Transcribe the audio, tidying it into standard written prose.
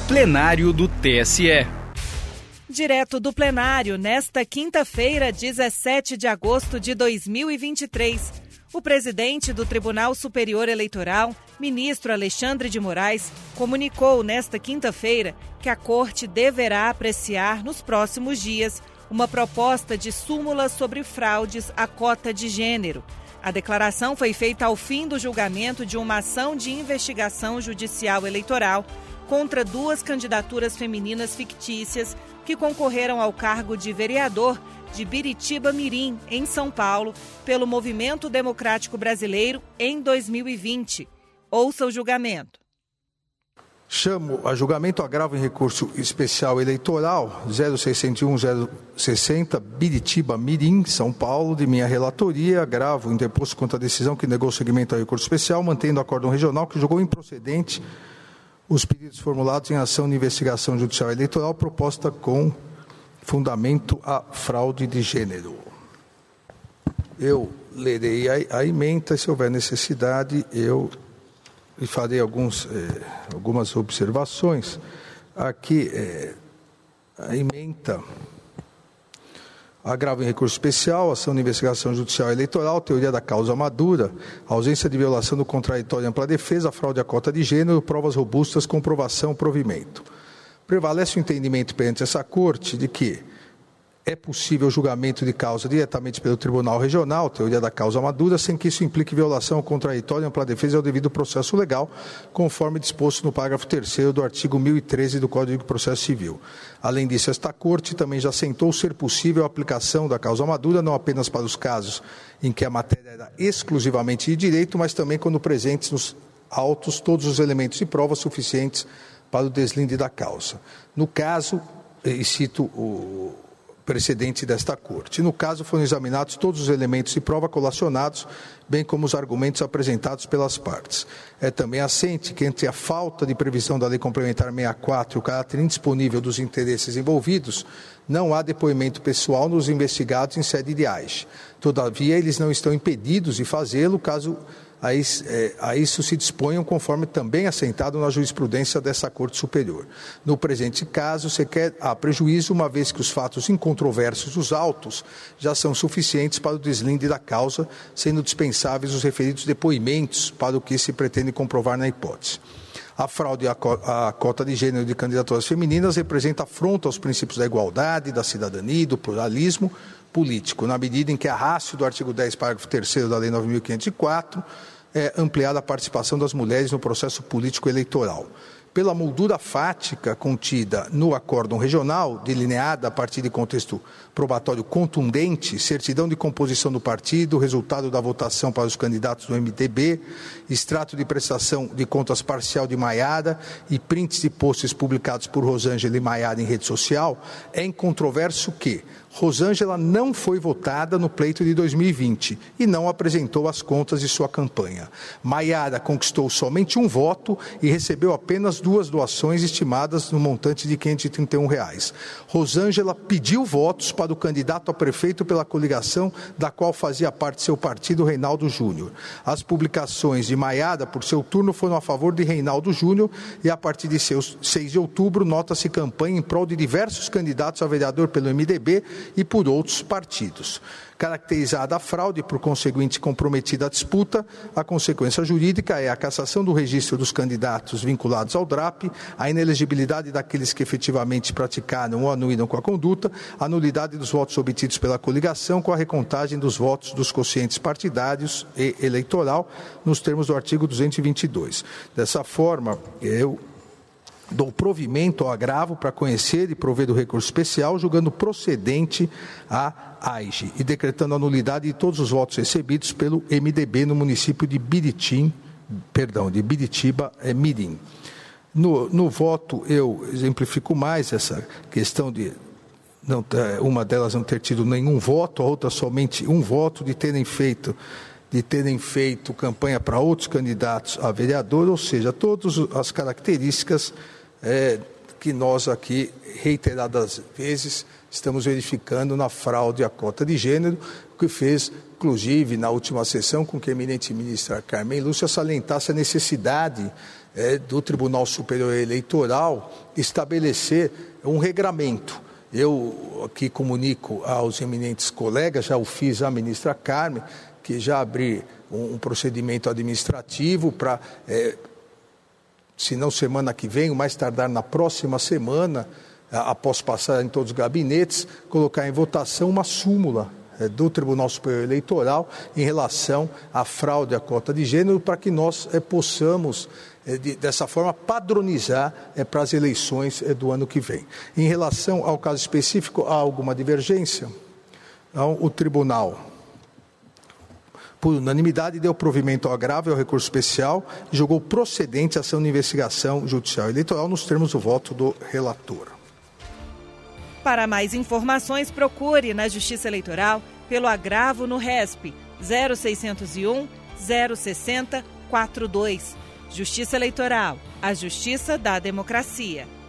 plenário do TSE. Direto do plenário, nesta quinta-feira, 17 de agosto de 2023, o presidente do Tribunal Superior Eleitoral, ministro Alexandre de Moraes, comunicou nesta quinta-feira que a Corte deverá apreciar nos próximos dias uma proposta de súmula sobre fraudes à cota de gênero. A declaração foi feita ao fim do julgamento de uma ação de investigação judicial eleitoral contra 2 candidaturas femininas fictícias que concorreram ao cargo de vereador de Biritiba-Mirim, em São Paulo, pelo Movimento Democrático Brasileiro em 2020. Ouça o julgamento. Chamo a julgamento agravo em recurso especial eleitoral 0601-060 Biritiba-Mirim, São Paulo, de minha relatoria, agravo interposto contra a decisão que negou seguimento ao recurso especial, mantendo o acórdão regional que julgou improcedente os pedidos formulados em ação de investigação judicial eleitoral proposta com fundamento à fraude de gênero. Eu lerei a ementa e, se houver necessidade, eu farei algumas observações. Aqui, a ementa, agravo em recurso especial, ação de investigação judicial eleitoral, teoria da causa madura, ausência de violação do contraditório e ampla defesa, fraude à cota de gênero, provas robustas, comprovação, provimento. Prevalece o entendimento perante essa Corte de que é possível o julgamento de causa diretamente pelo Tribunal Regional, teoria da causa madura, sem que isso implique violação ao contraditório, ampla defesa e ao devido processo legal, conforme disposto no parágrafo 3º do artigo 1013 do Código de Processo Civil. Além disso, esta Corte também já assentou ser possível a aplicação da causa madura, não apenas para os casos em que a matéria era exclusivamente de direito, mas também quando presentes nos autos todos os elementos de prova suficientes para o deslinde da causa. No caso, e cito o precedente desta Corte. No caso, foram examinados todos os elementos de prova colacionados, bem como os argumentos apresentados pelas partes. É também assente que, entre a falta de previsão da Lei Complementar 64 e o caráter indisponível dos interesses envolvidos, não há depoimento pessoal nos investigados em sede de AIGE. Todavia, eles não estão impedidos de fazê-lo caso a isso se disponham, conforme também assentado na jurisprudência dessa Corte Superior. No presente caso, sequer há prejuízo, uma vez que os fatos incontroversos dos autos já são suficientes para o deslinde da causa, sendo dispensáveis os referidos depoimentos para o que se pretende comprovar na hipótese. A fraude à cota de gênero de candidaturas femininas representa afronta aos princípios da igualdade, da cidadania e do pluralismo político, na medida em que a rácio do artigo 10, parágrafo 3º da Lei 9.504 é ampliada a participação das mulheres no processo político eleitoral. Pela moldura fática contida no acórdão regional, delineada a partir de contexto probatório contundente, certidão de composição do partido, resultado da votação para os candidatos do MDB, extrato de prestação de contas parcial de Maiara e prints de posts publicados por Rosângela e Maiara em rede social, é incontroverso que Rosângela não foi votada no pleito de 2020 e não apresentou as contas de sua campanha. Maiara conquistou somente um voto e recebeu apenas 2 doações estimadas no montante de R$ 531. Rosângela pediu votos para o candidato a prefeito pela coligação da qual fazia parte seu partido, Reinaldo Júnior. As publicações de Maiara, por seu turno, foram a favor de Reinaldo Júnior e, a partir de 6 de outubro, nota-se campanha em prol de diversos candidatos a vereador pelo MDB e por outros partidos. Caracterizada a fraude e, por conseguinte, comprometida a disputa, a consequência jurídica é a cassação do registro dos candidatos vinculados ao DRAP, a inelegibilidade daqueles que efetivamente praticaram ou anuíram com a conduta, a nulidade dos votos obtidos pela coligação com a recontagem dos votos dos quocientes partidários e eleitoral, nos termos do artigo 222. Dessa forma, eu dou provimento ao agravo para conhecer e prover do recurso especial, julgando procedente a AIGE e decretando a nulidade de todos os votos recebidos pelo MDB no município de Biritiba-Mirim. No voto, eu exemplifico mais essa questão de uma delas não ter tido nenhum voto, a outra somente um voto, de terem feito campanha para outros candidatos a vereador, ou seja, todas as características que nós aqui, reiteradas vezes, estamos verificando na fraude à cota de gênero, que fez, inclusive, na última sessão, com que a eminente ministra Carmen Lúcia salientasse a necessidade do Tribunal Superior Eleitoral estabelecer um regramento. Eu aqui comunico aos eminentes colegas, já o fiz à ministra Carmen, que já abri um procedimento administrativo para, se não semana que vem, o mais tardar na próxima semana, após passar em todos os gabinetes, colocar em votação uma súmula do Tribunal Superior Eleitoral em relação à fraude à cota de gênero, para que nós possamos, dessa forma, padronizar para as eleições do ano que vem. Em relação ao caso específico, há alguma divergência? Então, o Tribunal, por unanimidade, deu provimento ao agravo e ao recurso especial e julgou procedente a ação de investigação judicial eleitoral nos termos do voto do relator. Para mais informações, procure na Justiça Eleitoral pelo agravo no RESP 0601 060 42. Justiça Eleitoral, a justiça da democracia.